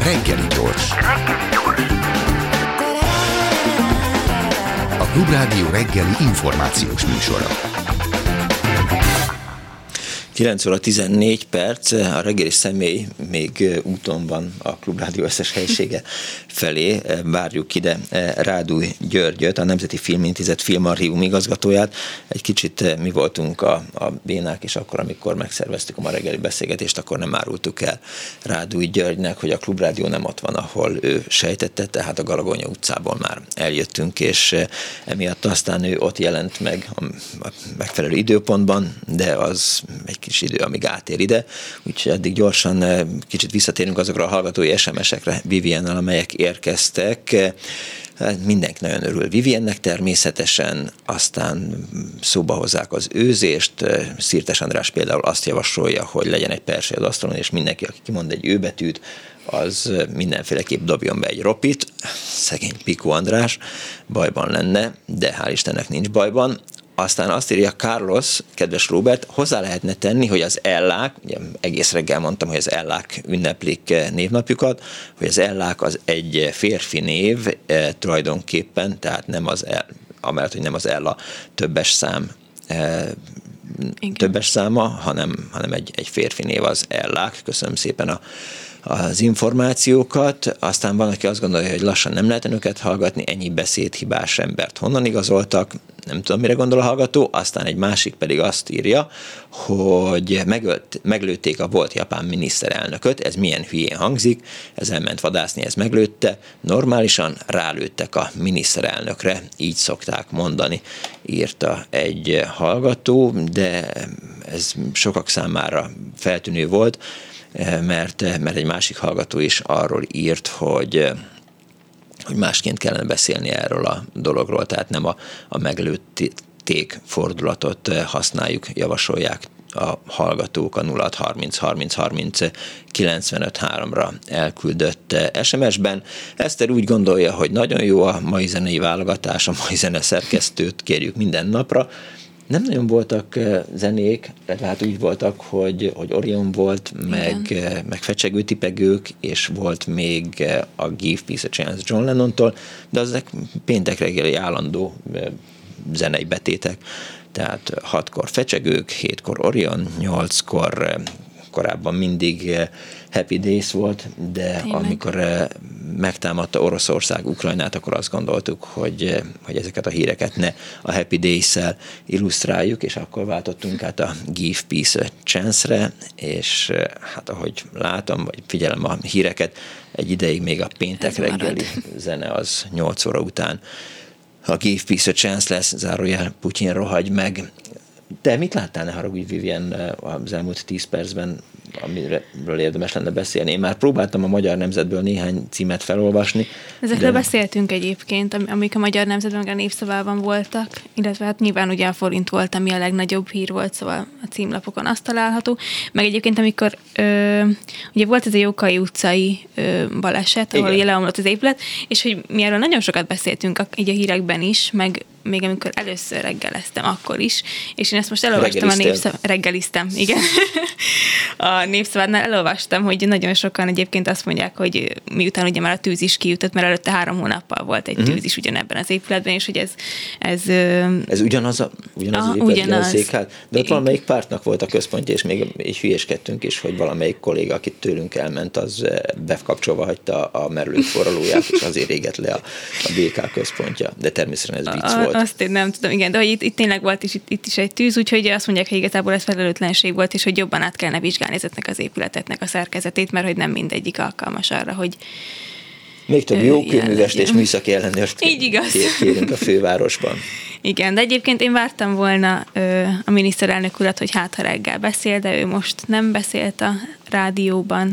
Reggeli gyors. A Klubrádió reggeli információs műsora. 9 óra 14 perc, a reggeli személy még úton van a Klubrádió összes helyisége felé. Várjuk ide Rádúj Györgyöt, a Nemzeti Filmintézet Filmarchívum igazgatóját. Egy kicsit mi voltunk a bénák, és akkor, amikor megszerveztük a ma reggeli beszélgetést, akkor nem árultuk el Rádúj Györgynek, hogy a Klubrádió nem ott van, ahol ő sejtette, tehát a Galagonya utcából már eljöttünk, és emiatt aztán ő ott jelent meg a megfelelő időpontban, de az egy kis idő, amíg átér ide. Úgyhogy addig gyorsan kicsit visszatérünk azokra a hallgatói SMS-ekre Viviennel, amelyek érkeztek. Mindenki nagyon örül Viviennek természetesen, aztán szóba hozzák az őzést. Szirtes András például azt javasolja, hogy legyen egy persely az asztalon, és mindenki, aki kimond egy őbetűt, az mindenféleképp dobjon be egy ropit. Szegény Pikó András bajban lenne, de hál' Istennek nincs bajban. Aztán azt írja Carlos, kedves Robert, hozzá lehetne tenni, hogy az Ellák, ugye egész reggel mondtam, hogy az Ellák ünneplik névnapjukat, hogy az Ellák az egy férfi név tulajdonképpen, tehát nem az amellett, hogy nem az Ella többes szám, többes száma, hanem egy férfi név az Ellák. Köszönöm szépen az információkat. Aztán van, aki azt gondolja, hogy lassan nem lehet önöket hallgatni, ennyi beszédhibás embert honnan igazoltak, nem tudom, mire gondol a hallgató. Aztán egy másik pedig azt írja, hogy meglőtték a volt japán miniszterelnököt, ez milyen hülyén hangzik, ez elment vadászni, ez meglőtte, normálisan rálőttek a miniszterelnökre, így szokták mondani, írta egy hallgató, de ez sokak számára feltűnő volt, mert egy másik hallgató is arról írt, hogy másként kellene beszélni erről a dologról, tehát nem a meglőtték fordulatot használjuk, javasolják a hallgatók a 0630 30 30 95 3-ra elküldött SMS-ben. Eszter úgy gondolja, hogy nagyon jó a mai zenei válogatás, a mai zene szerkesztőt kérjük minden napra. Nem nagyon voltak zenék, tehát úgy voltak, hogy Orion volt, meg fecsegő tipegők, és volt még a Give Peace a Chance John Lennontól, de azok péntek reggeli állandó zenei betétek, tehát 6-kor fecsegők, 7-kor Orion, 8-kor korábban mindig Happy Days volt, de amikor megtámadta Oroszország Ukrajnát, akkor azt gondoltuk, hogy ezeket a híreket ne a Happy Days-szel illusztráljuk, és akkor váltottunk át a Give Peace a Chance-re, és hát ahogy látom, vagy figyelem a híreket, egy ideig még a péntek reggeli zene az 8 óra után a Give Peace a Chance lesz, zárójel Putyin rohagy meg. Te mit láttál, ne haragudj, Vivien, az elmúlt 10 percben, amiről érdemes lenne beszélni? Én már próbáltam a Magyar Nemzetből néhány címet felolvasni. Ezekről beszéltünk egyébként, amik a Magyar Nemzetben, meg a Népszavában voltak, illetve hát nyilván ugye a forint volt, ami a legnagyobb hír volt, szóval a címlapokon azt található. Meg egyébként, amikor ugye volt ez a Jókai utcai baleset, ahol ugye leomlott az épület, és hogy mi erről nagyon sokat beszéltünk így a hírekben is, meg még amikor először reggeleztem, akkor is, és én ezt most elolvastam reggeliztem, igen. A Népszavánál elolvastam, hogy nagyon sokan egyébként azt mondják, hogy miután ugye már a tűz is kijutott, mert előtte 3 hónappal volt egy tűz is ugyanebben az épületben, és hogy ez ugyanaz az épületben a székhát, de ott valamelyik pártnak volt a központja, és még így hülyéskedtünk is, hogy valamelyik kolléga, akit tőlünk elment, az bekapcsolva hagyta a merülő forralóját, és azért égett le a BK központja. De természetesen ez vicc volt. Azt én nem tudom, igen, de hogy itt tényleg volt itt is egy tűz, úgyhogy azt mondják, hogy igazából ez felelőtlenség volt, és hogy jobban át kellene vizsgálni ezeknek az épületeknek a szerkezetét, mert hogy nem mindegyik alkalmas arra, hogy még több jó kőművest és műszaki ellenőrt kérünk a fővárosban. Igen, de egyébként én vártam volna a miniszterelnök urat, hogy hát ha reggel beszél, de ő most nem beszélt a rádióban.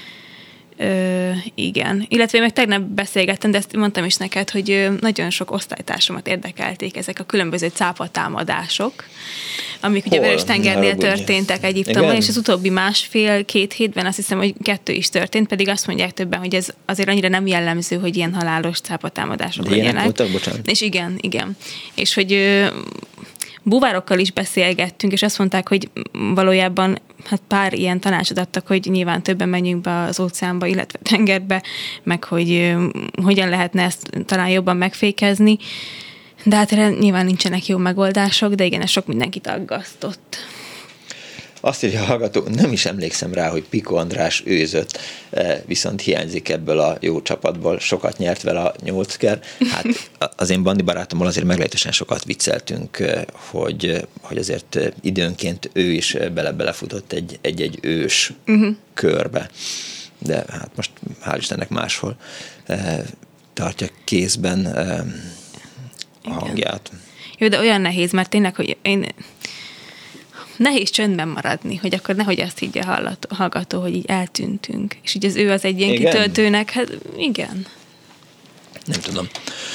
Igen. Illetve meg tegnap beszélgettem, de ezt mondtam is neked, hogy nagyon sok osztálytársamat érdekelték ezek a különböző cápatámadások, amik ugye Vörös-tengernél történtek Egyiptomban, és az utóbbi 1,5-2 hétben azt hiszem, hogy 2 is történt, pedig azt mondják többen, hogy ez azért annyira nem jellemző, hogy ilyen halálos cápatámadások legyenek. Voltak, bocsánat. És igen. És hogy búvárokkal is beszélgettünk, és azt mondták, hogy valójában hát pár ilyen tanácsot adtak, hogy nyilván többen menjünk be az óceánba, illetve tengerbe, meg hogy hogyan lehetne ezt talán jobban megfékezni. De hát erre nyilván nincsenek jó megoldások, de igen, ez sok mindenkit aggasztott. Azt írja a hallgató, nem is emlékszem rá, hogy Piko András őzött, viszont hiányzik ebből a jó csapatból, sokat nyert vele a Nyolcker. Hát az én bandi barátommal azért meglehetősen sokat vicceltünk, hogy azért időnként ő is belefutott egy ős körbe. De hát most hál' Istennek máshol tartja kézben a hangját. Jó, de olyan nehéz, mert tényleg, hogy nehéz csöndben maradni, hogy akkor nehogy azt higgye a hallgató, hogy így eltűntünk. És így az ő az egy ilyen kitöltőnek, hát igen. Nem tudom.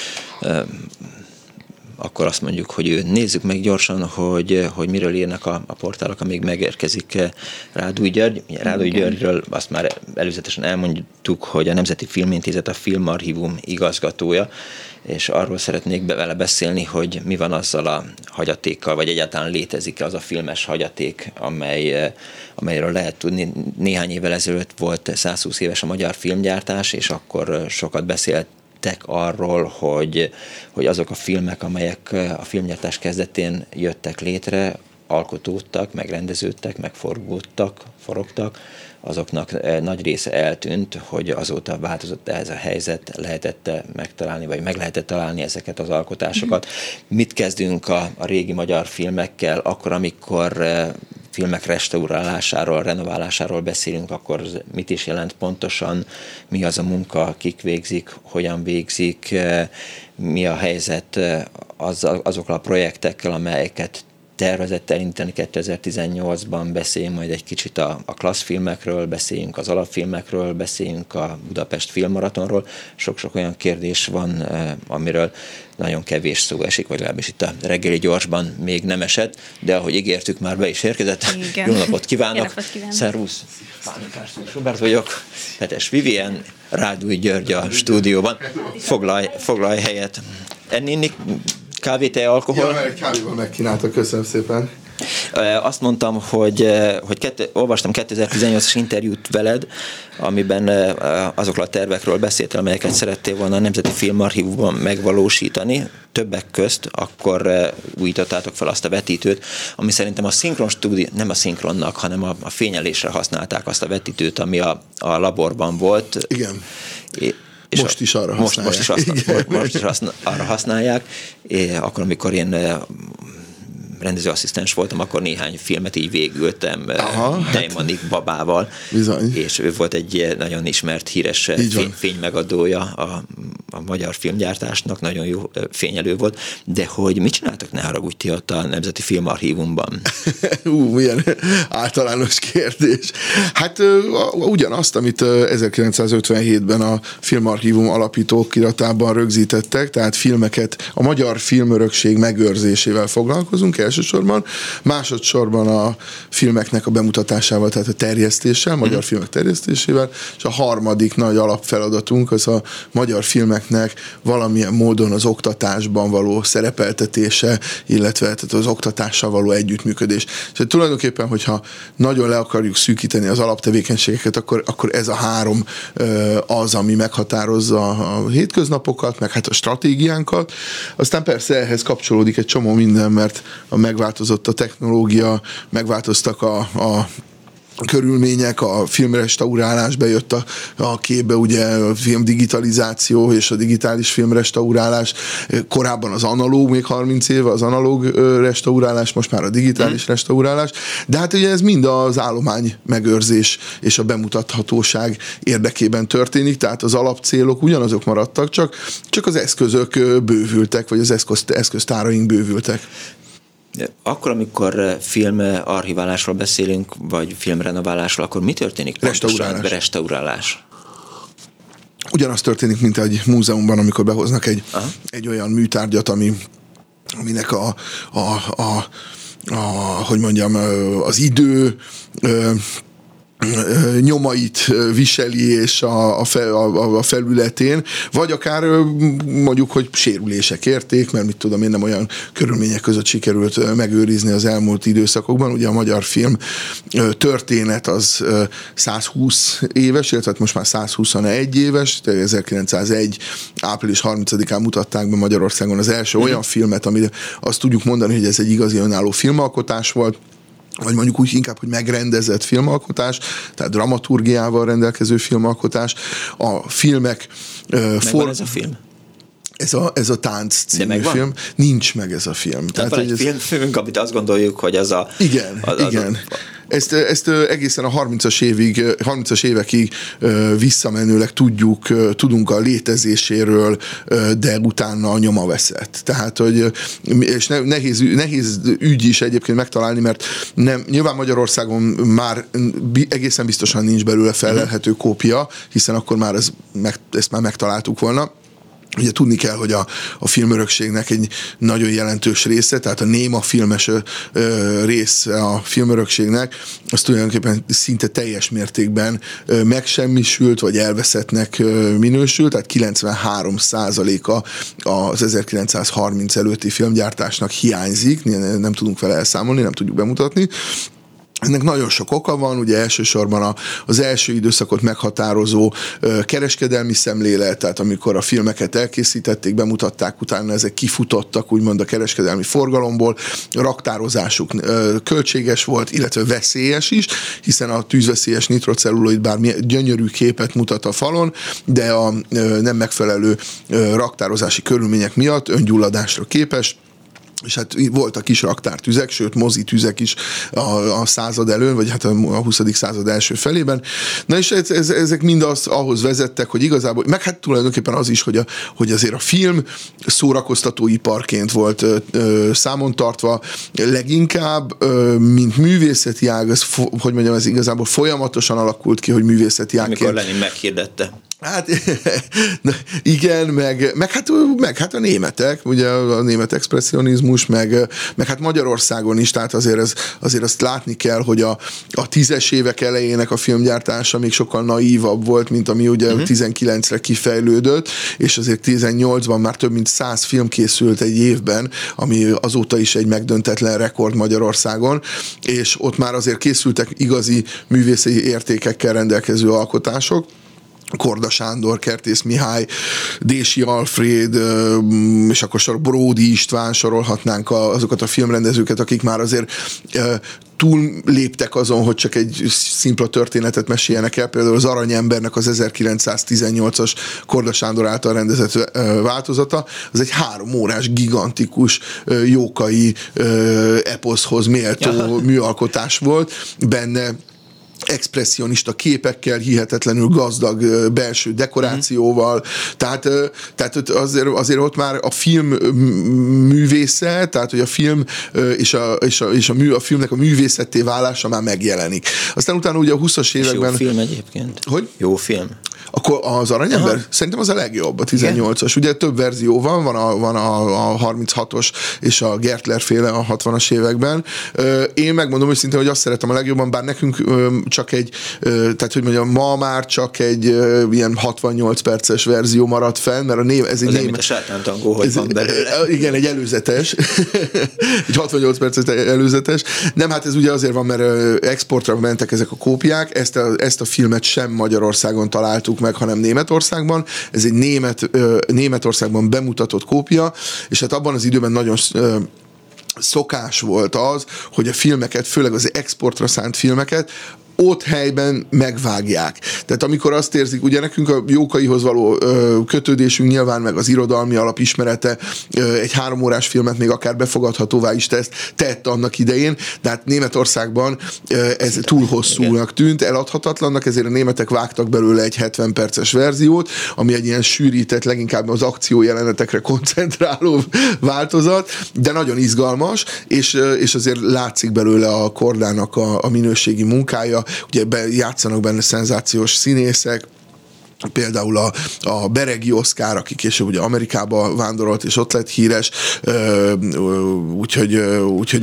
Akkor azt mondjuk, hogy nézzük meg gyorsan, hogy miről írnak a portálok, amíg megérkezik Rádúj György. Rádúj Györgyről azt már előzetesen elmondtuk, hogy a Nemzeti Filmintézet a Filmarchívum igazgatója, és arról szeretnék vele beszélni, hogy mi van azzal a hagyatékkal, vagy egyáltalán létezik az a filmes hagyaték, amelyről lehet tudni. Néhány évvel ezelőtt volt 120 éves a magyar filmgyártás, és akkor sokat beszéltek arról, hogy azok a filmek, amelyek a filmgyártás kezdetén jöttek létre, alkotódtak, megrendeződtek, forogtak, azoknak nagy része eltűnt, hogy azóta változott ez a helyzet, lehetett megtalálni, vagy meg lehetett találni ezeket az alkotásokat. Mit kezdünk a régi magyar filmekkel, akkor, amikor filmek restaurálásáról, renoválásáról beszélünk, akkor mit is jelent pontosan, mi az a munka, kik végzik, hogyan végzik, mi a helyzet azokkal a projektekkel, amelyeket tervezett elindítani 2018-ban, beszéljünk majd egy kicsit a klasszfilmekről, beszéljünk az alapfilmekről, beszéljünk a Budapest Filmmaratonról. Sok-sok olyan kérdés van, amiről nagyon kevés szó esik, vagy legalábbis itt a reggeli gyorsban még nem esett, de ahogy ígértük, már be is érkezett. Igen. Jó napot kívánok! Szervusz! Pánikás Robert vagyok, Petes Vivien, Rádúj György a stúdióban. Foglalj helyet. Enni kávé, te, alkohol? Ja, kávéban megkínáltak, köszönöm szépen. Azt mondtam, hogy olvastam 2018-as interjút veled, amiben azokról a tervekről beszéltél, amelyeket szerettél volna a Nemzeti Filmarchívumban megvalósítani. Többek közt akkor újítottátok fel azt a vetítőt, ami szerintem a szinkron stúdió, nem a szinkronnak, hanem a fényelésre használták azt a vetítőt, ami a laborban volt. Igen. És most is arra használják. Most is arra használják. Akkor, amikor én rendezőasszisztens voltam, akkor néhány filmet így végültem Dejmanik babával. Bizony. És ő volt egy nagyon ismert, híres fénymegadója a magyar filmgyártásnak, nagyon jó fényelő volt, de hogy mit csináltak, ne haragudj ti ott a Nemzeti Filmarchívumban? Milyen általános kérdés. Hát ugyanazt, amit 1957-ben a Filmarchívum alapító okiratában rögzítettek, tehát filmeket, a magyar filmörökség megőrzésével foglalkozunk elsősorban, másodszorban a filmeknek a bemutatásával, tehát a terjesztéssel, magyar filmek terjesztésével, és a harmadik nagy alapfeladatunk az a magyar filmeknek valamilyen módon az oktatásban való szerepeltetése, illetve tehát az oktatással való együttműködés. És tulajdonképpen, hogyha nagyon le akarjuk szűkíteni az alaptevékenységeket, akkor ez a három az, ami meghatározza a hétköznapokat, meg hát a stratégiánkat. Aztán persze ehhez kapcsolódik egy csomó minden, mert megváltozott a technológia, megváltoztak a körülmények, a filmrestaurálás bejött a képbe, ugye a filmdigitalizáció és a digitális filmrestaurálás, korábban az analóg, még 30 éve az analóg restaurálás, most már a digitális restaurálás, de hát ugye ez mind az állomány megőrzés és a bemutathatóság érdekében történik, tehát az alapcélok ugyanazok maradtak, csak az eszközök bővültek, vagy az eszköztáraink bővültek. Akkor, amikor filmarchiválásról beszélünk, vagy filmrenoválásról, akkor mi történik? Restaurálás. Ugyanaz történik, mint egy múzeumban, amikor behoznak egy olyan műtárgyat, aminek hogy mondjam, az idő, nyomait viseli és a felületén, vagy akár mondjuk, hogy sérülések érték, mert mit tudom én, nem olyan körülmények között sikerült megőrizni az elmúlt időszakokban. Ugye a magyar film történet az 120 éves, illetve most már 121 éves, 1901. április 30-án mutatták be Magyarországon az első olyan filmet, amire azt tudjuk mondani, hogy ez egy igazi önálló filmalkotás volt, vagy mondjuk úgy inkább, hogy megrendezett filmalkotás, tehát dramaturgiával rendelkező filmalkotás. A filmek... Megvan ez a film? Ez a Tánc című film. Nincs meg ez a film. Tehát van egy filmünk, amit azt gondoljuk, hogy az a... Igen. Ezt egészen a 30-as évekig visszamenőleg tudunk a létezéséről, de utána a nyoma veszett. Tehát, hogy és nehéz ügy is egyébként megtalálni, mert nyilván Magyarországon már egészen biztosan nincs belőle felelhető kópia, hiszen akkor már ezt már megtaláltuk volna. Ugye tudni kell, hogy a filmörökségnek egy nagyon jelentős része, tehát a néma filmes része a filmörökségnek, az tulajdonképpen szinte teljes mértékben megsemmisült, vagy elveszettnek minősült, tehát 93%-a az 1930 előtti filmgyártásnak hiányzik, nem tudunk vele elszámolni, nem tudjuk bemutatni. Ennek nagyon sok oka van, ugye elsősorban az első időszakot meghatározó kereskedelmi szemlélet, tehát amikor a filmeket elkészítették, bemutatták, utána ezek kifutottak úgymond a kereskedelmi forgalomból, a raktározásuk költséges volt, illetve veszélyes is, hiszen a tűzveszélyes nitrocelluloid bár gyönyörű képet mutat a falon, de a nem megfelelő raktározási körülmények miatt öngyulladásra képes, és hát voltak is raktártüzek, sőt mozitüzek is a század előn, vagy hát a 20. század első felében. Na és ezek mind ahhoz vezettek, hogy igazából, meg hát tulajdonképpen az is, hogy azért a film szórakoztatóiparként volt számon tartva, leginkább, mint művészeti ág, hogy mondjam, ez igazából folyamatosan alakult ki, hogy művészeti ágként. Amikor Lenin meghirdette. Hát igen, meg hát a németek, ugye a német expresszionizmus, meg hát Magyarországon is, tehát azért azt látni kell, hogy a 10-es évek elejének a filmgyártása még sokkal naívabb volt, mint ami ugye 19-re kifejlődött, és azért 18-ban már több mint 100 film készült egy évben, ami azóta is egy megdöntetlen rekord Magyarországon, és ott már azért készültek igazi művészi értékekkel rendelkező alkotások. Korda Sándor, Kertész Mihály, Dési Alfréd, és akkor Bródi István, sorolhatnánk azokat a filmrendezőket, akik már azért túl léptek azon, hogy csak egy szimpla történetet meséljenek el. Például az Aranyembernek az 1918-as Korda Sándor által rendezett változata, az egy 3 órás, gigantikus, jókai eposzhoz méltó műalkotás volt. Benne expresszionista képekkel, hihetetlenül gazdag belső dekorációval, tehát azért ott már a film művésze, tehát hogy a film és a filmnek a művészetté válása már megjelenik. Aztán utána ugye a 20-as években... Jó film egyébként. Hogy? Jó film. Akkor az Aranyember? Aha. Szerintem az a legjobb, a 18-as. Ugye több verzió van a 36-os és a Gertler féle a 60-as években. Én megmondom őszintén, hogy azt szeretem a legjobban, bár nekünk csak egy, tehát hogy mondjam, ma már csak egy ilyen 68 perces verzió maradt fenn, mert ez egy német... mint a sátántangó, hogy van belőle. Igen, egy előzetes. Egy 68 perces előzetes. Nem, hát ez ugye azért van, mert exportra mentek ezek a kópiák, ezt a filmet sem Magyarországon találtuk meg, hanem Németországban. Ez egy Németországban bemutatott kópia, és hát abban az időben nagyon szokás volt az, hogy a filmeket, főleg az exportra szánt filmeket ott helyben megvágják. Tehát amikor azt érzik, ugye nekünk a Jókaihoz való kötődésünk nyilván, meg az irodalmi alapismerete egy 3 órás filmet még akár befogadhatóvá is tett annak idején, de hát Németországban ez túl hosszúnak tűnt, eladhatatlannak, ezért a németek vágtak belőle egy 70 perces verziót, ami egy ilyen sűrített, leginkább az akciójelenetekre koncentráló változat, de nagyon izgalmas, és azért látszik belőle a Kordának a minőségi munkája. Ugye játszanak benne szenzációs színészek, például a Beregi Oszkár, aki később ugye Amerikába vándorolt, és ott lett híres, úgyhogy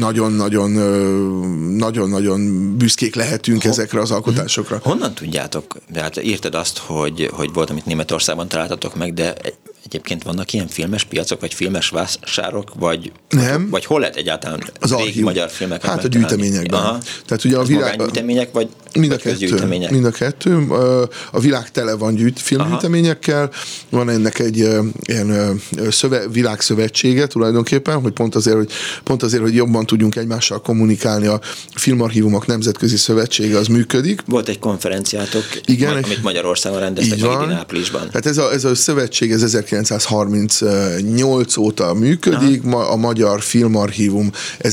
nagyon büszkék lehetünk ezekre az alkotásokra. Honnan tudjátok? Hát írtad azt, hogy volt, amit Németországban találtatok meg, de egyébként vannak ilyen filmes piacok, vagy filmes vásárok, vagy hol lehet egyáltalán az régi magyar filmeket hát megtalálni? A gyűjteményekben. Aha. Tehát ugye magángyűjtemények, vagy közgyűjtemények? Mind a kettő. A világ tele van filmgyűjteményekkel. Van ennek egy ilyen világszövetsége tulajdonképpen, hogy pont azért, hogy jobban tudjunk egymással kommunikálni, a Filmarchívumok Nemzetközi Szövetsége az működik. Volt egy konferenciátok, amit Magyarországon rendeztek meg idén áprilisban. Hát ez a szövetség 1938 óta működik, a Magyar Filmarchívum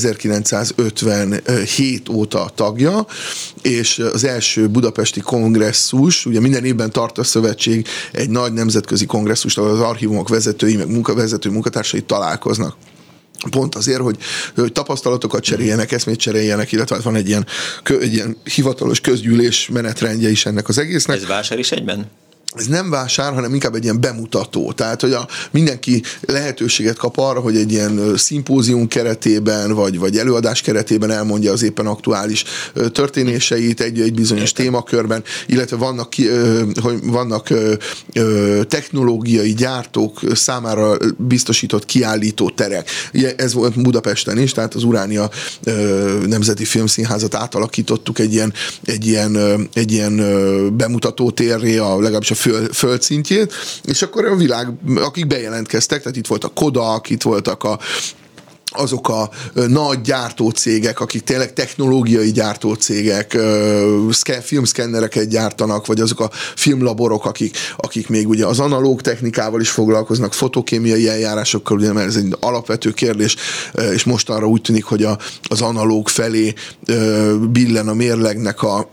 1957 óta tagja, és az első budapesti kongresszus, ugye minden évben tart a szövetség egy nagy nemzetközi kongresszus, ahol az archívumok vezetői, meg munkatársai találkoznak. Pont azért, hogy tapasztalatokat cseréljenek, eszmét cseréljenek, illetve van egy ilyen hivatalos közgyűlés menetrendje is ennek az egésznek. Ez vásár is egyben? Ez nem vásár, hanem inkább egy ilyen bemutató. Tehát, hogy mindenki lehetőséget kap arra, hogy egy ilyen szimpózium keretében, vagy előadás keretében elmondja az éppen aktuális történéseit egy bizonyos témakörben, illetve vannak technológiai gyártók számára biztosított kiállító terek. Ez volt Budapesten is, tehát az Uránia Nemzeti Filmszínházat átalakítottuk egy ilyen bemutató térré, legalábbis a földszintjét, és akkor a világ, akik bejelentkeztek, tehát itt volt a Kodak, itt voltak azok a nagy gyártócégek, akik tényleg technológiai gyártócégek, filmszkennereket gyártanak, vagy azok a filmlaborok, akik még ugye az analóg technikával is foglalkoznak, fotokémiai eljárásokkal, ugye, mert ez egy alapvető kérdés, és mostanra úgy tűnik, hogy az analóg felé billen a mérlegnek a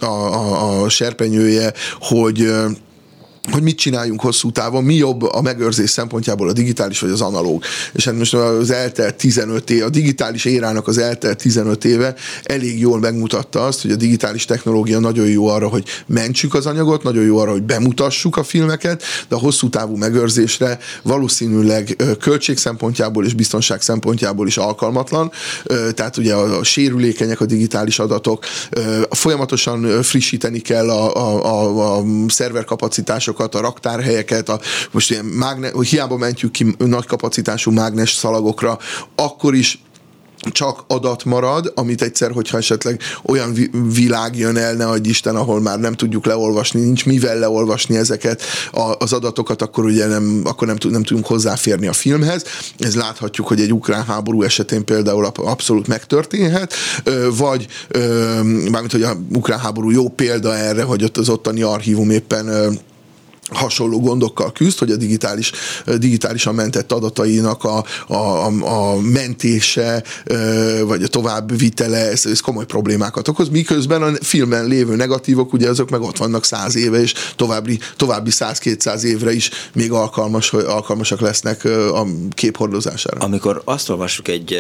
serpenyője, hogy mit csináljunk hosszú távon, mi jobb a megőrzés szempontjából, a digitális vagy az analóg. És hát most az eltelt 15 év, a digitális érának az eltelt 15 éve elég jól megmutatta azt, hogy a digitális technológia nagyon jó arra, hogy mentsük az anyagot, nagyon jó arra, hogy bemutassuk a filmeket, de a hosszú távú megőrzésre valószínűleg költség szempontjából és biztonság szempontjából is alkalmatlan. Tehát ugye a sérülékenyek a digitális adatok, folyamatosan frissíteni kell a szerverkapacitásokat, a raktárhelyeket, most ilyen hiába mentjük ki nagy kapacitású mágnes szalagokra, akkor is csak adat marad, amit egyszer, hogyha esetleg olyan világ jön el, ne adj Isten, ahol már nem tudjuk leolvasni, nincs mivel leolvasni ezeket az adatokat, akkor ugye nem tudunk hozzáférni a filmhez. Ez láthatjuk, hogy egy ukrán háború esetén például abszolút megtörténhet, vagy mármint, hogy a ukrán háború jó példa erre, hogy ott az ottani archívum éppen hasonló gondokkal küzd, hogy a digitálisan mentett adatainak a mentése, vagy a továbbvitele, ez komoly problémákat okoz, miközben a filmen lévő negatívok, ugye azok meg ott vannak 100 éve, és további 100-200 évre is még alkalmasak lesznek a kép hordozására. Amikor azt olvassuk egy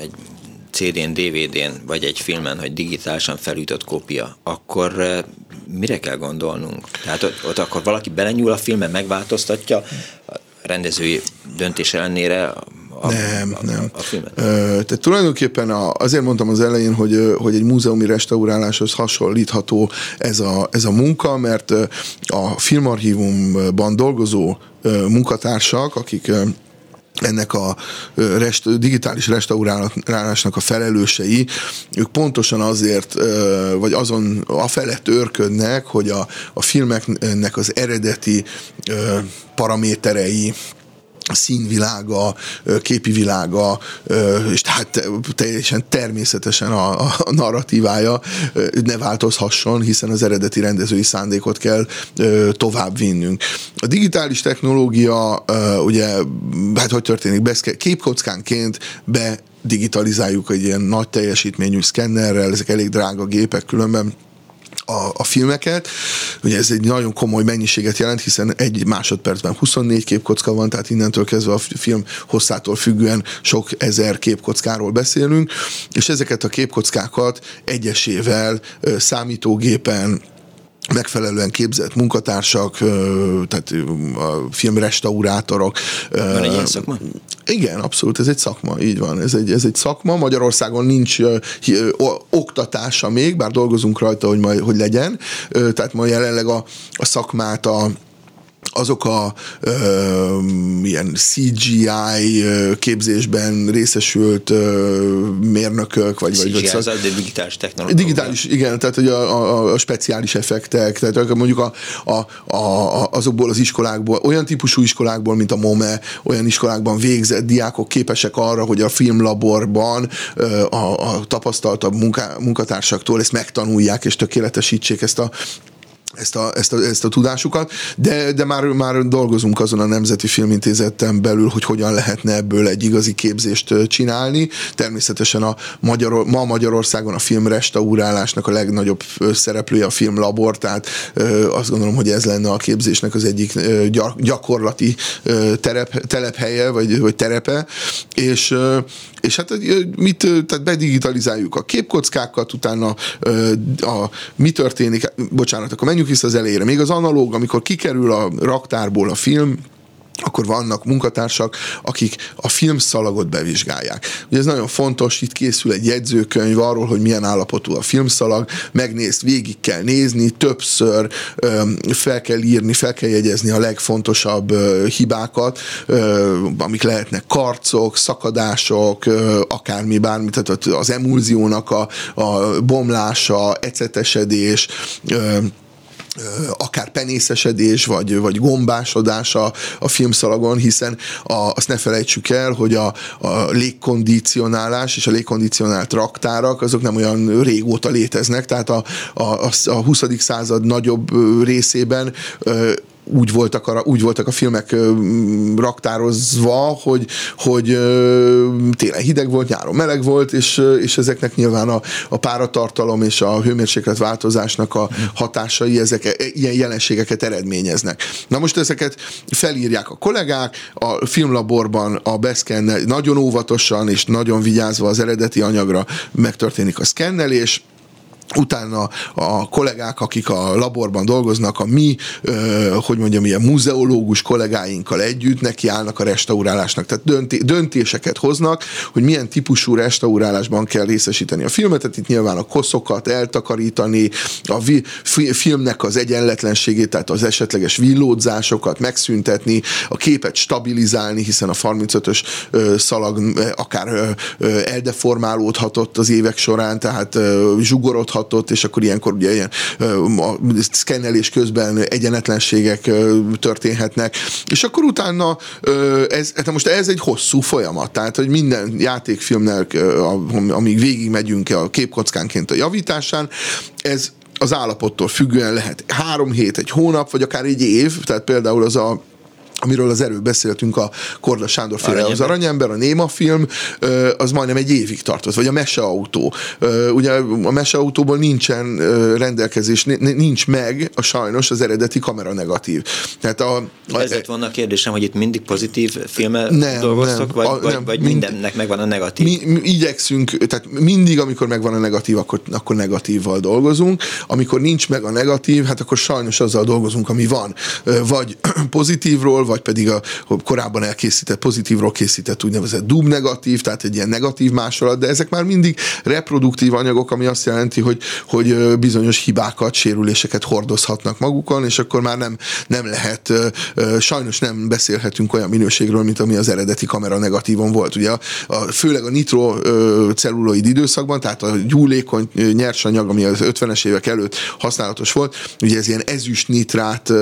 CD-n, DVD-n, vagy egy filmen, hogy digitálisan felütött kópia, akkor mire kell gondolnunk? Tehát ott akkor valaki belenyúl a filmen, megváltoztatja a rendezői döntés ellenére nem. A filmet? Tehát tulajdonképpen azért mondtam az elején, hogy egy múzeumi restauráláshoz hasonlítható ez a munka, mert a Filmarchívumban dolgozó munkatársak, akik ennek a digitális restaurálásnak a felelősei, ők pontosan azért, vagy azon afelett őrködnek, hogy a filmeknek az eredeti paraméterei, színvilága, képi világa, és tehát teljesen természetesen a narratívája ne változhasson, hiszen az eredeti rendezői szándékot kell tovább vinnünk. A digitális technológia, ugye, hát hogy történik? Képkockánként digitalizáljuk egy ilyen nagy teljesítményű szkennerrel, ezek elég drága gépek különben, a filmeket. Ugye ez egy nagyon komoly mennyiséget jelent, hiszen egy másodpercben 24 képkocka van, tehát innentől kezdve a film hosszától függően sok ezer képkockáról beszélünk, és ezeket a képkockákat egyesével számítógépen megfelelően képzett munkatársak, tehát a filmrestaurátorok. Van egy ilyen szakma? Igen, abszolút, ez egy szakma, így van. Ez egy szakma. Magyarországon nincs oktatása még, bár dolgozunk rajta, hogy legyen. Tehát ma jelenleg a szakmát azok a ilyen CGI képzésben részesült mérnökök, vagy CGI az a digitális technológia. Digitális, igen, tehát hogy a speciális effektek, tehát mondjuk azokból az iskolákból, olyan típusú iskolákból, mint a MOME, olyan iskolákban végzett diákok képesek arra, hogy a filmlaborban a tapasztaltabb munkatársaktól ezt megtanulják, és tökéletesítsék ezt a tudásukat, de már dolgozunk azon a Nemzeti Filmintézeten belül, hogy hogyan lehetne ebből egy igazi képzést csinálni. Természetesen ma Magyarországon a filmrestaurálásnak a legnagyobb szereplője a filmlabor, tehát azt gondolom, hogy ez lenne a képzésnek az egyik gyakorlati telephelye, vagy terepe, és hát tehát bedigitalizáljuk a képkockákat, utána mi történik, bocsánat, akkor menjünk vissza az elejére. Még az analóg, amikor kikerül a raktárból a film, akkor vannak munkatársak, akik a filmszalagot bevizsgálják. Ugye ez nagyon fontos, itt készül egy jegyzőkönyv arról, hogy milyen állapotú a filmszalag, végig kell nézni, többször fel kell írni, fel kell jegyezni a legfontosabb hibákat, amik lehetnek karcok, szakadások, bármi, tehát az emulziónak a bomlása, ecetesedés, akár penészesedés, vagy gombásodás a filmszalagon, hiszen azt ne felejtsük el, hogy a légkondicionálás és a légkondicionált raktárak, azok nem olyan régóta léteznek, tehát a 20. század nagyobb részében úgy voltak a filmek raktározva, hogy télen hideg volt, nyáron meleg volt, és ezeknek nyilván a páratartalom és a hőmérséklet változásnak a hatásai, ezek ilyen jelenségeket eredményeznek. Na most ezeket felírják a kollégák, a filmlaborban a beszkennel nagyon óvatosan és nagyon vigyázva az eredeti anyagra megtörténik a szkennelés, utána a kollégák, akik a laborban dolgoznak, a mi, ilyen muzeológus kollégáinkkal együtt nekiállnak a restaurálásnak. Tehát döntéseket hoznak, hogy milyen típusú restaurálásban kell részesíteni a filmet. Tehát itt nyilván a koszokat eltakarítani, a filmnek az egyenletlenségét, tehát az esetleges villódzásokat megszüntetni, a képet stabilizálni, hiszen a 35-ös szalag akár eldeformálódhatott az évek során, tehát zsugorodhatott, és akkor ilyenkor ugye ilyen a szkennelés közben egyenetlenségek történhetnek, és akkor utána ez egy hosszú folyamat, tehát hogy minden játékfilmnek, amíg végigmegyünk a képkockánként a javításán, ez az állapottól függően lehet 3 hét, egy hónap, vagy akár egy év, tehát például amiről az előbb beszéltünk, a Korda Sándor-féle az Aranyember, a Néma film, az majdnem egy évig tartott, vagy a Meseautó. Ugye a Meseautóból nincsen rendelkezés, nincs meg sajnos az eredeti kameranegatív. Tehát ezért van a kérdésem, hogy itt mindig pozitív filmmel dolgoztok, vagy mindennek megvan a negatív? Mi igyekszünk, tehát mindig, amikor megvan a negatív, akkor negatívval dolgozunk. Amikor nincs meg a negatív, hát akkor sajnos azzal dolgozunk, ami van. Vagy pozitívról, vagy pedig a korábban elkészített, pozitívról készített úgynevezett dub-negatív, tehát egy ilyen negatív másolat, de ezek már mindig reproduktív anyagok, ami azt jelenti, hogy bizonyos hibákat, sérüléseket hordozhatnak magukon, és akkor már nem lehet, sajnos nem beszélhetünk olyan minőségről, mint ami az eredeti kamera negatívon volt. Ugye főleg a nitrocelluloid időszakban, tehát a gyúlékony nyersanyag, ami az 50-es évek előtt használatos volt, ugye ez ilyen ezüstnitrát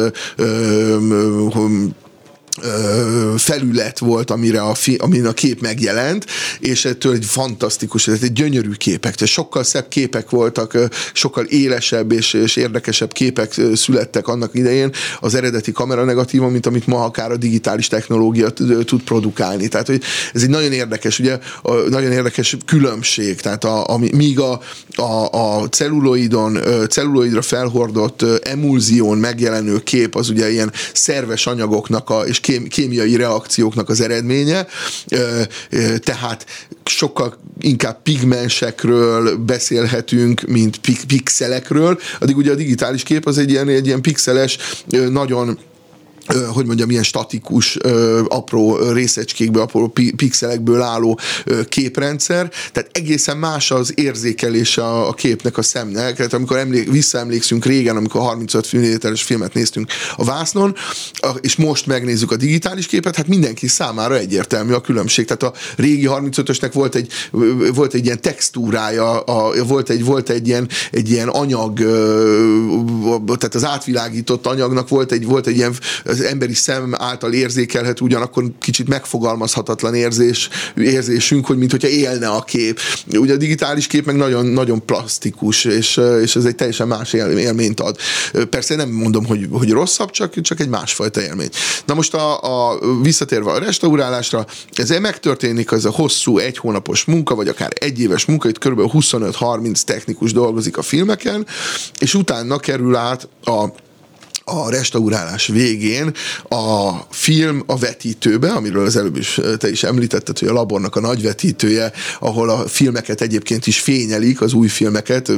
felület volt, amin a kép megjelent, és ettől egy fantasztikus, egy gyönyörű képek, tehát sokkal szebb képek voltak, sokkal élesebb és érdekesebb képek születtek annak idején az eredeti kameranegatívon, mint amit ma akár a digitális technológia tud produkálni. Tehát, hogy ez egy nagyon érdekes, ugye, nagyon érdekes különbség, tehát míg a celluloidra felhordott emulzión megjelenő kép az ugye ilyen szerves anyagoknak és kémiai reakcióknak az eredménye, tehát sokkal inkább pigmensekről beszélhetünk, mint pixelekről, addig ugye a digitális kép az egy ilyen pixeles, nagyon ilyen statikus, apró részecskékből, apró pixelekből álló képrendszer, tehát egészen más az érzékelése a képnek a szemnek. Tehát amikor visszaemlékszünk régen, amikor 35 mm-es filmet néztünk a vásznon, és most megnézzük a digitális képet, hát mindenki számára egyértelmű a különbség. Tehát a régi 35-ösnek volt egy ilyen textúrája, volt egy ilyen anyag, tehát az átvilágított anyagnak volt egy ilyen az emberi szem által érzékelhető, ugyanakkor kicsit megfogalmazhatatlan érzésünk, hogy mintha élne a kép. Ugye a digitális kép meg nagyon, nagyon plastikus, és ez egy teljesen más élményt ad. Persze nem mondom, hogy rosszabb, csak egy másfajta élmény. Na most visszatérve a restaurálásra, ez megtörténik, ez a hosszú, egy hónapos munka, vagy akár egy éves munka, itt kb. 25-30 technikus dolgozik a filmeken, és utána kerül át a restaurálás végén a film a vetítőbe, amiről az előbb is te is említetted, hogy a labornak a nagy vetítője, ahol a filmeket egyébként is fényelik, az új filmeket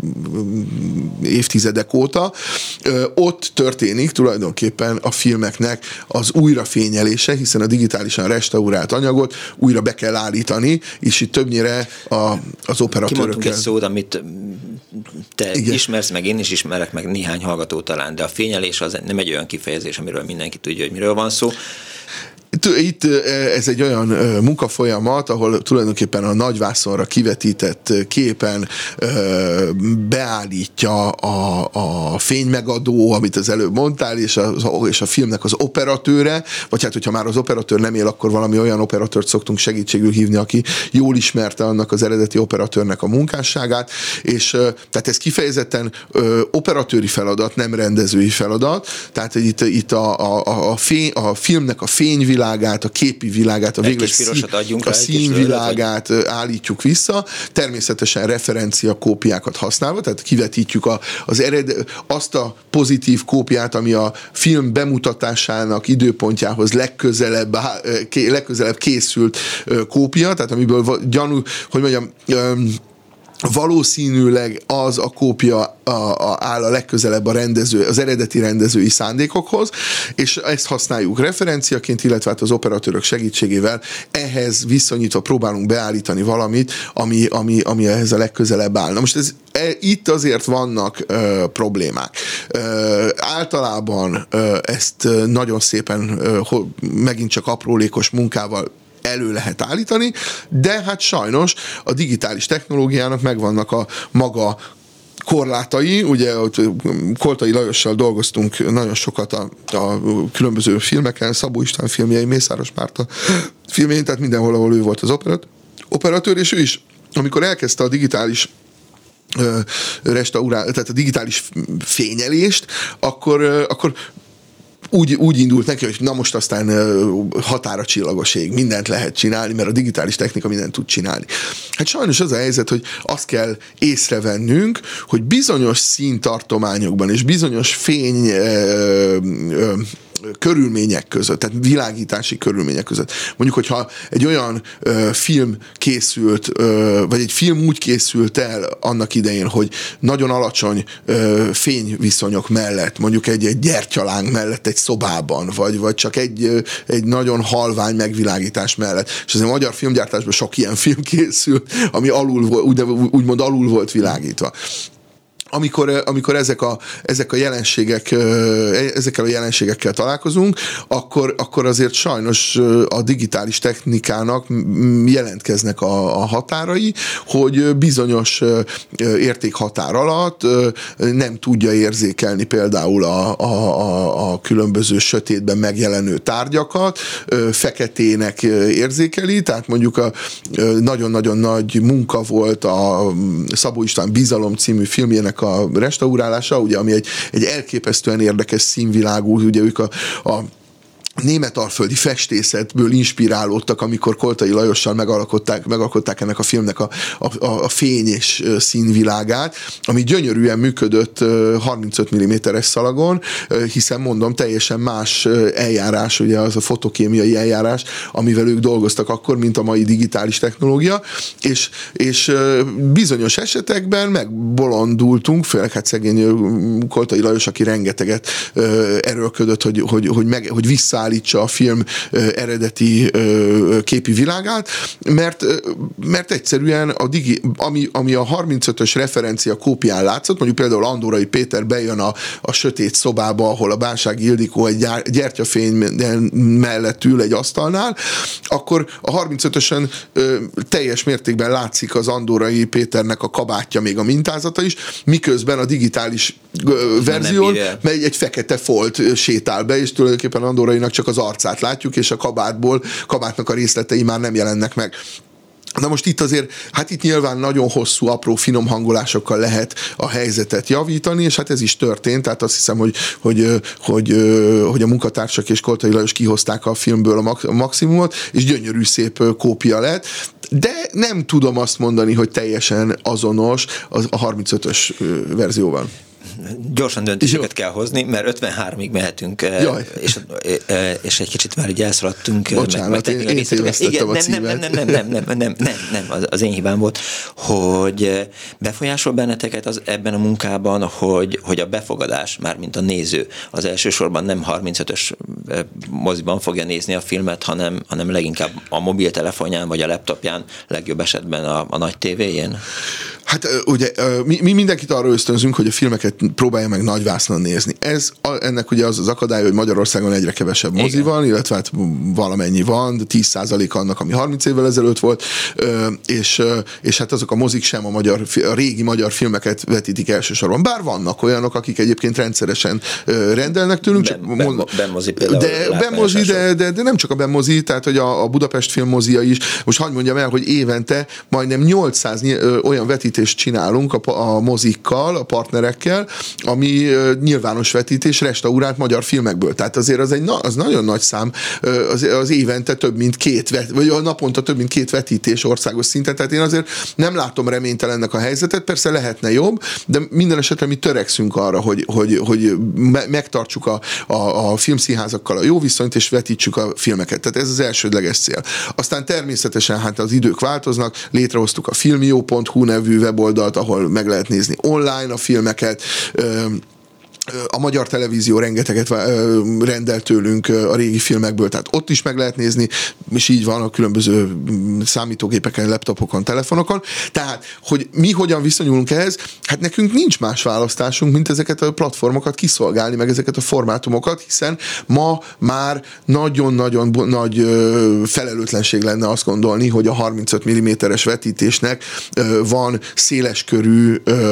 évtizedek óta. Ott történik tulajdonképpen a filmeknek az újrafényelése, hiszen a digitálisan restaurált anyagot újra be kell állítani, és itt többnyire az operatőrökkel... Kimondtunk egy szót, amit te ismersz, meg én is ismerek, meg néhány hallgató talán, de a fényelés az nem egy olyan kifejezés, amiről mindenki tudja, hogy miről van szó. Itt ez egy olyan munkafolyamat, ahol tulajdonképpen a nagyvászonra kivetített képen beállítja a fénymegadó, amit az előbb mondtál, és a filmnek az operatőre, vagy hát, hogyha már az operatőr nem él, akkor valami olyan operatőrt szoktunk segítségül hívni, aki jól ismerte annak az eredeti operatőrnek a munkásságát, és tehát ez kifejezetten operatőri feladat, nem rendezői feladat, tehát itt a filmnek a fényvilágát, a képi világát, a végleges a színvilágát állítjuk vissza, természetesen referencia kópiákat használva, tehát kivetítjük azt a pozitív kópiát, ami a film bemutatásának időpontjához legközelebb készült kópia, tehát amiből valószínűleg az a kópia áll a legközelebb az eredeti rendezői szándékokhoz, és ezt használjuk referenciaként, illetve hát az operatőrök segítségével ehhez viszonyítva próbálunk beállítani valamit, ami ehhez a legközelebb áll. Na most itt azért vannak problémák. Általában ezt nagyon szépen megint csak aprólékos munkával elő lehet állítani, de hát sajnos a digitális technológiának megvannak a maga korlátai, ugye Koltai Lajossal dolgoztunk nagyon sokat a különböző filmeken, Szabó István filmjei, Mészáros Márta filmjén, tehát mindenhol, ahol ő volt az operatőr, és ő is, amikor elkezdte a digitális tehát a digitális fényelést, akkor úgy indult neki, hogy na most aztán határa csillagos ég, mindent lehet csinálni, mert a digitális technika mindent tud csinálni. Hát sajnos az a helyzet, hogy azt kell észrevennünk, hogy bizonyos színtartományokban és bizonyos fény körülmények között, tehát világítási körülmények között. Mondjuk, hogyha egy olyan film készült, vagy egy film úgy készült el annak idején, hogy nagyon alacsony fényviszonyok mellett, mondjuk egy gyertyaláng mellett egy szobában, vagy csak egy nagyon halvány megvilágítás mellett. És azért a magyar filmgyártásban sok ilyen film készült, ami úgymond alul volt világítva. Amikor ezek a jelenségek, ezekkel a jelenségekkel találkozunk, akkor azért sajnos a digitális technikának jelentkeznek a határai, hogy bizonyos értékhatár alatt nem tudja érzékelni például a különböző sötétben megjelenő tárgyakat, feketének érzékeli, tehát mondjuk nagyon-nagyon nagy munka volt a Szabó István Bizalom című filmjének a restaurálása, ugye, ami egy elképesztően érdekes színvilágú, ugye ők németalföldi festészetből inspirálódtak, amikor Koltai Lajossal megalkották ennek a filmnek a fény és színvilágát, ami gyönyörűen működött 35 mm-es szalagon, hiszen mondom, teljesen más eljárás, ugye az a fotokémiai eljárás, amivel ők dolgoztak akkor, mint a mai digitális technológia, és bizonyos esetekben megbolondultunk, főleg hát szegény Koltai Lajos, aki rengeteget erőlködött, hogy visszaállítsa a film eredeti képi világát, mert egyszerűen ami a 35-ös referencia kópián látszott, mondjuk például Andórai Péter bejön a sötét szobába, ahol a Bánsági Ildikó egy gyertyafény mellett ül egy asztalnál, akkor a 35-ösen teljes mértékben látszik az Andórai Péternek a kabátja, még a mintázata is, miközben a digitális verzión egy fekete folt sétál be, és tulajdonképpen Andórainak csak az arcát látjuk, és a kabátnak a részletei már nem jelennek meg. Na most itt azért, hát itt nyilván nagyon hosszú, apró, finom hangolásokkal lehet a helyzetet javítani, és hát ez is történt, tehát azt hiszem, hogy a munkatársak és Koltai Lajos kihozták a filmből a maximumot, és gyönyörű szép kópia lett, de nem tudom azt mondani, hogy teljesen azonos a 35-ös verzióval. Gyorsan döntéseket kell hozni, mert 53-ig mehetünk, és egy kicsit már így elszaladtunk. Bocsánat, én tévesztettem a címet. Nem, az én hibám volt, hogy befolyásol benneteket ebben a munkában, hogy a befogadás, mármint a néző, az elsősorban nem 35-ös moziban fogja nézni a filmet, hanem leginkább a mobiltelefonján, vagy a laptopján, legjobb esetben a nagy tévéjén. Hát ugye mi mindenkit arra ösztönzünk, hogy a filmeket próbálja meg nagyvásznon nézni. Ennek ugye az akadály, hogy Magyarországon egyre kevesebb mozi van, illetve hát valamennyi van, 10% annak, ami 30 évvel ezelőtt volt, és hát azok a mozik sem a régi magyar filmeket vetítik elsősorban. Bár vannak olyanok, akik egyébként rendszeresen rendelnek tőlünk. Benmozi például. De nem csak a Benmozi, tehát hogy a Budapest Filmmozia is. Most hadd mondjam el, hogy évente majdnem 800 olyan vetítést csinálunk a mozikkal, a partnerekkel, ami nyilvános vetítés, restaurált magyar filmekből. Tehát azért az nagyon nagy szám, az évente több mint vagy a naponta több mint 2 vetítés országos szinten. Tehát én azért nem látom reménytelennek a helyzetet, persze lehetne jobb, de minden esetre mi törekszünk arra, hogy megtartsuk a filmszínházakkal a jó viszonyt, és vetítsük a filmeket. Tehát ez az elsődleges cél. Aztán természetesen hát az idők változnak, létrehoztuk a filmio.hu nevű weboldalt, ahol meg lehet nézni online a filmeket, a Magyar Televízió rengeteget rendel tőlünk a régi filmekből, tehát ott is meg lehet nézni, és így van a különböző számítógépeken, laptopokon, telefonokon. Tehát, hogy mi hogyan viszonyulunk ehhez, hát nekünk nincs más választásunk, mint ezeket a platformokat kiszolgálni, meg ezeket a formátumokat, hiszen ma már nagyon-nagyon nagy felelőtlenség lenne azt gondolni, hogy a 35 mm-es vetítésnek van széleskörű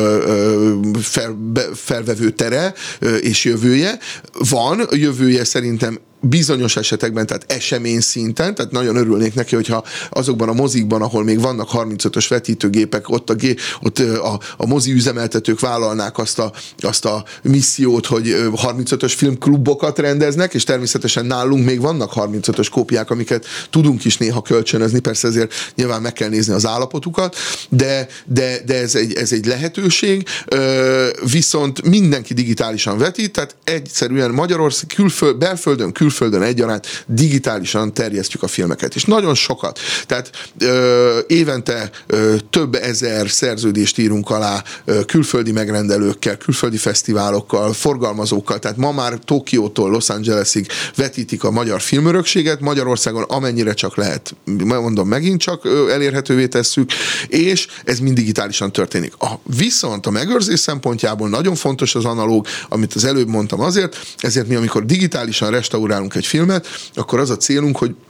felvevő tere, és jövője. Van, a jövője szerintem bizonyos esetekben, tehát esemény szinten, tehát nagyon örülnék neki, hogyha azokban a mozikban, ahol még vannak 35-ös vetítőgépek, ott a mozi üzemeltetők vállalnák azt a missziót, hogy 35-ös filmklubokat rendeznek, és természetesen nálunk még vannak 35-ös kópiák, amiket tudunk is néha kölcsönözni, persze ezért nyilván meg kell nézni az állapotukat, de ez egy lehetőség, viszont mindenki digitálisan vetít, tehát egyszerűen Magyarország belföldön, külföldön egyaránt digitálisan terjesztjük a filmeket, és nagyon sokat. Tehát évente több ezer szerződést írunk alá külföldi megrendelőkkel, külföldi fesztiválokkal, forgalmazókkal, tehát ma már Tokiótól Los Angelesig vetítik a magyar filmörökséget, Magyarországon amennyire csak lehet, mondom, megint csak elérhetővé tesszük, és ez mind digitálisan történik. Viszont a megőrzés szempontjából nagyon fontos az analóg, amit az előbb mondtam ezért mi amikor digitálisan restaurálunk egy filmet, akkor az a célunk, hogy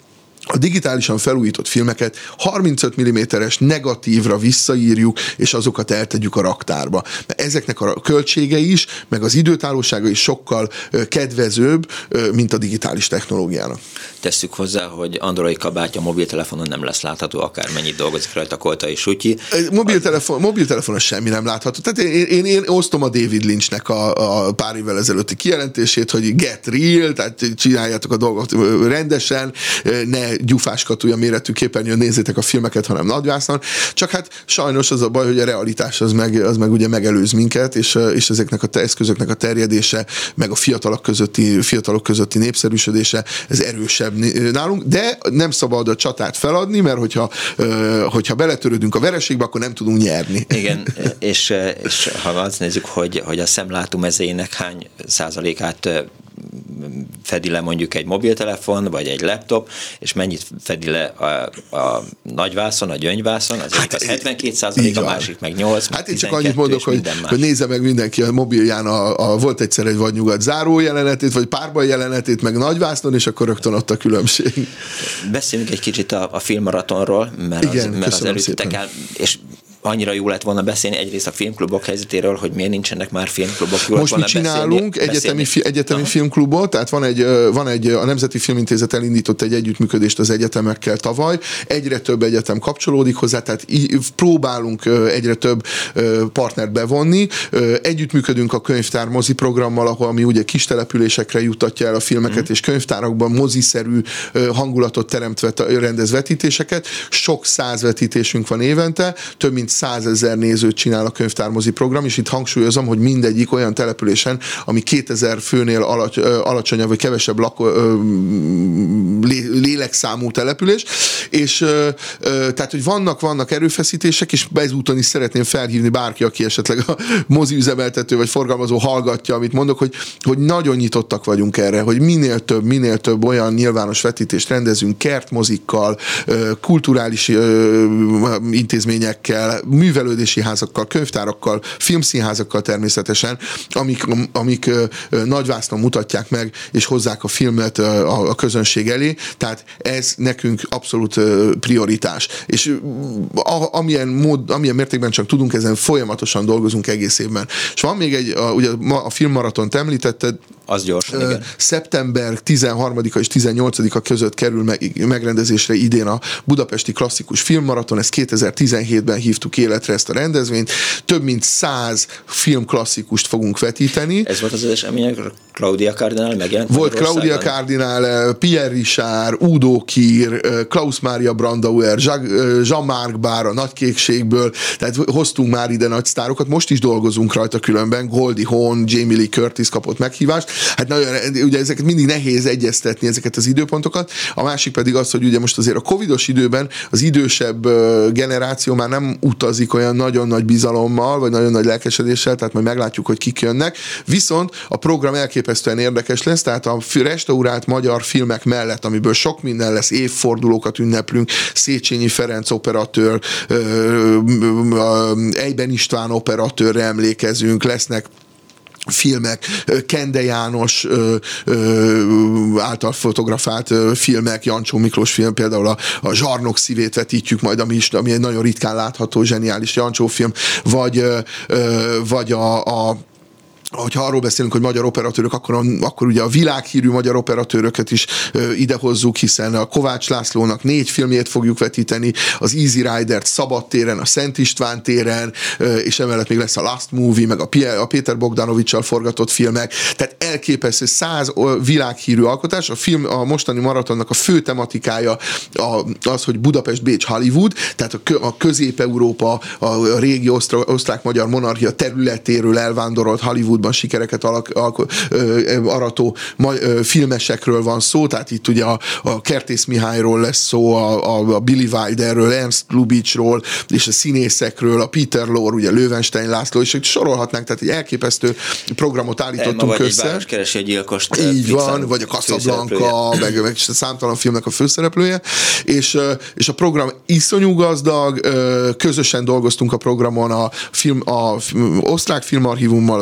a digitálisan felújított filmeket 35 mm-es negatívra visszaírjuk, és azokat eltegyük a raktárba. Mert ezeknek a költsége is, meg az időtállósága is sokkal kedvezőbb, mint a digitális technológiának. Tesszük hozzá, hogy Android kabátja mobiltelefonon nem lesz látható, akármennyit dolgozik rajta Koltai Sutyi. Mobiltelefonon semmi nem látható. Tehát én osztom a David Lynchnek a pár évvel ezelőtti kijelentését, hogy get real, tehát csináljátok a dolgot rendesen, ne gyufáskatúja méretű képernyőn nézzétek a filmeket, hanem nagyvászon. Csak hát sajnos az a baj, hogy a realitás az meg ugye megelőz minket, és ezeknek a eszközöknek a terjedése, meg a fiatalok közötti népszerűsödése, ez erősebb nálunk, de nem szabad a csatát feladni, mert hogyha beletörődünk a vereségbe, akkor nem tudunk nyerni. Igen, és ha azt nézzük, hogy a szemlátom mezejének hány százalékát fedi le mondjuk egy mobiltelefon, vagy egy laptop, és mennyit fedi le a nagyvászon, a gyöngyvászon, az egyik az 72%, a másik meg 8, hát én csak annyit mondok, hogy nézze meg mindenki a mobilján volt egyszer egy vadnyugat záró jelenetét, vagy párban jelenetét, meg nagyvászon, és akkor rögtön ott a különbség. Beszéljünk egy kicsit a filmmaratonról, mert az előttetek el, és annyira jó lett volna beszélni egyrészt a filmklubok helyzetéről, hogy miért nincsenek már filmklubok. Most mi csinálunk egyetemi filmklubot, tehát van egy a Nemzeti Filmintézet elindított egy együttműködést az egyetemekkel tavaly, egyre több egyetem kapcsolódik hozzá, tehát próbálunk egyre több partnert bevonni. Együttműködünk a könyvtár mozi programmal, ahol mi ugye kis településekre juttatja el a filmeket, és könyvtárakban moziszerű hangulatot teremtve rendez vetítéseket. Sok száz vetítésünk van évente, több mint 100 000 nézőt csinál a könyvtármozi program, és itt hangsúlyozom, hogy mindegyik olyan településen, ami 2000 főnél alacsonyabb vagy kevesebb lélekszámú település, és tehát, hogy vannak erőfeszítések, és ezúton is szeretném felhívni bárki, aki esetleg a mozi üzemeltető vagy forgalmazó hallgatja, amit mondok, hogy nagyon nyitottak vagyunk erre, hogy minél több olyan nyilvános vetítést rendezünk kertmozikkal, kulturális intézményekkel, művelődési házakkal, könyvtárakkal, filmszínházakkal természetesen, amik nagyvásznon mutatják meg, és hozzák a filmet a közönség elé. Tehát ez nekünk abszolút prioritás. És amilyen mértékben csak tudunk, ezen folyamatosan dolgozunk egész évben. És van még ugye a filmmaratont említetted, az gyorsan, igen. Szeptember 13-a és 18-a között kerül megrendezésre idén a Budapesti Klasszikus Filmmaraton, ezt 2017-ben hívtuk életre ezt a rendezvényt. Több mint 100 filmklasszikust fogunk vetíteni. Ez volt az események, Claudia Cardinal megjelent? Volt Claudia Cardinal, Pierre Richard, Udo Kier, Klaus Maria Brandauer, Jean-Marc Barr a Nagykékségből, tehát hoztunk már ide nagy sztárokat, most is dolgozunk rajta különben, Goldie Hawn, Jamie Lee Curtis kapott meghívást. Hát nagyon, ugye ezeket mindig nehéz egyeztetni, ezeket az időpontokat. A másik pedig az, hogy ugye most azért a covidos időben az idősebb generáció már nem utazik olyan nagyon nagy bizalommal, vagy nagyon nagy lelkesedéssel, tehát majd meglátjuk, hogy kik jönnek. Viszont a program elképesztően érdekes lesz, tehát a restaurált magyar filmek mellett, amiből sok minden lesz, évfordulókat ünneplünk, Széchenyi Ferenc operatőr, Eyben István operatőrre emlékezünk, lesznek filmek, Kende János által fotografált filmek, Jancsó Miklós film, például a Zsarnok szívét vetítjük majd, ami egy nagyon ritkán látható, zseniális Jancsó film, vagy hogyha arról beszélünk, hogy magyar operatőrök, akkor ugye a világhírű magyar operatőröket is idehozzuk, hiszen a Kovács Lászlónak 4 filmjét fogjuk vetíteni, az Easy Rider-t Szabadtéren, a Szent István téren, és emellett még lesz a Last Movie, meg a Péter Bogdanovics-sal forgatott filmek. Tehát elképesztő 100 világhírű alkotás. A mostani maratonnak a fő tematikája az, hogy Budapest, Bécs, Hollywood, tehát a Közép-Európa, a régi osztrák-magyar monarchia területéről elvándorolt Hollywoodban sikereket arató filmesekről van szó, tehát itt ugye a Kertész Mihályról lesz szó, a Billy Wilderről, Ernst Lubitschról, és a színészekről, a Peter Lorre, ugye Löwenstein László, és sorolhatnánk, tehát egy elképesztő programot állítottunk össze. Egy városkeresi gyilkost. Így van, vagy a Casablanca, meg számtalan filmnek a főszereplője, és a program iszonyú gazdag, közösen dolgoztunk a programon a osztrák filmarchívummal, az osztrák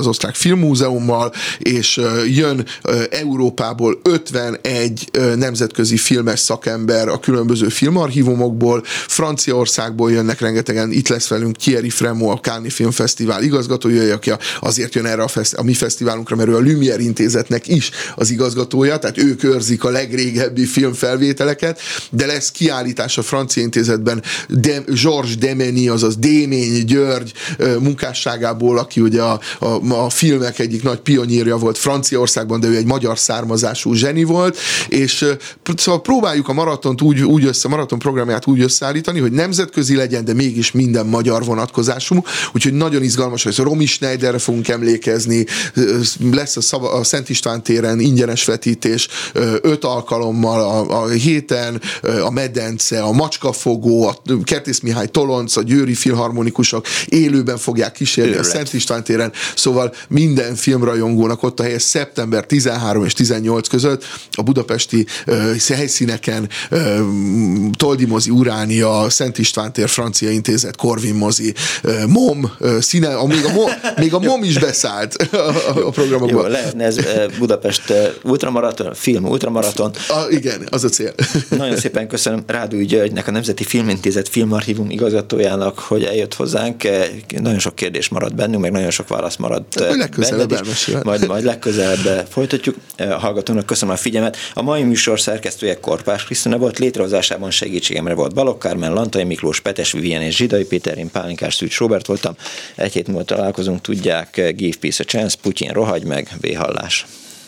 Filmmúzeummal, és jön Európából 51 nemzetközi filmes szakember a különböző filmarchívumokból, Franciaországból jönnek rengetegen, itt lesz velünk Thierry Frémaux, a Cannes Filmfesztivál igazgatója, aki azért jön erre a mi fesztiválunkra, mert ő a Lumière intézetnek is az igazgatója, tehát ők őrzik a legrégebbi filmfelvételeket, de lesz kiállítás a Francia Intézetben Georges Demeny, azaz Démény György munkásságából, aki ugye a filmek egyik nagy pionírja volt Franciaországban, de ő egy magyar származású zseni volt, és szóval próbáljuk a maratont maraton programját úgy összeállítani, hogy nemzetközi legyen, de mégis minden magyar vonatkozású, úgyhogy nagyon izgalmas, hogy Romy Schneiderre fogunk emlékezni, lesz a Szent István téren ingyenes vetítés 5 alkalommal a héten, a Medence, a Macskafogó, a Kertész Mihály Tolonc, a győri filharmonikusok élőben fogják kísérni a Szent István téren, szóval minden filmrajongónak ott a helye szeptember 13 és 18 között a budapesti helyszíneken Toldi mozi, Uránia, Szent István tér, Francia Intézet, Corvin mozi, MOM, még a MOM is beszállt a programokban. Jó, lehetne ez Budapest ultramaraton, film ultramaraton. Igen, az a cél. Nagyon szépen köszönöm Rádúj Györgynek, a Nemzeti Filmintézet filmarchívum igazgatójának, hogy eljött hozzánk. Nagyon sok kérdés maradt bennünk, meg nagyon sok válasz maradt benned is. Majd legközelebb folytatjuk. Hallgatónak köszönöm a figyelmet. A mai műsor szerkesztője Korpás Krisztina volt, létrehozásában segítségemre volt Balogh Kármen, Lantai Miklós, Petes Vivien és Zsidai Péter, én Pálinkás Szűcs Róbert voltam. Egy hét múlva találkozunk, tudják, give peace a chance, Putyin rohagy meg, véhallás.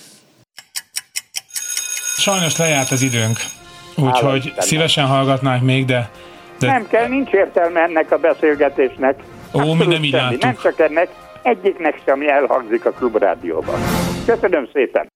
Sajnos lejárt az időnk, úgyhogy szívesen hallgatnánk még, de... Nem kell, nincs értelme ennek a beszélgetésnek. Mi nem így láttuk. Nem csak ennek, egyiknek sem elhangzik a Klubrádióban. Köszönöm szépen!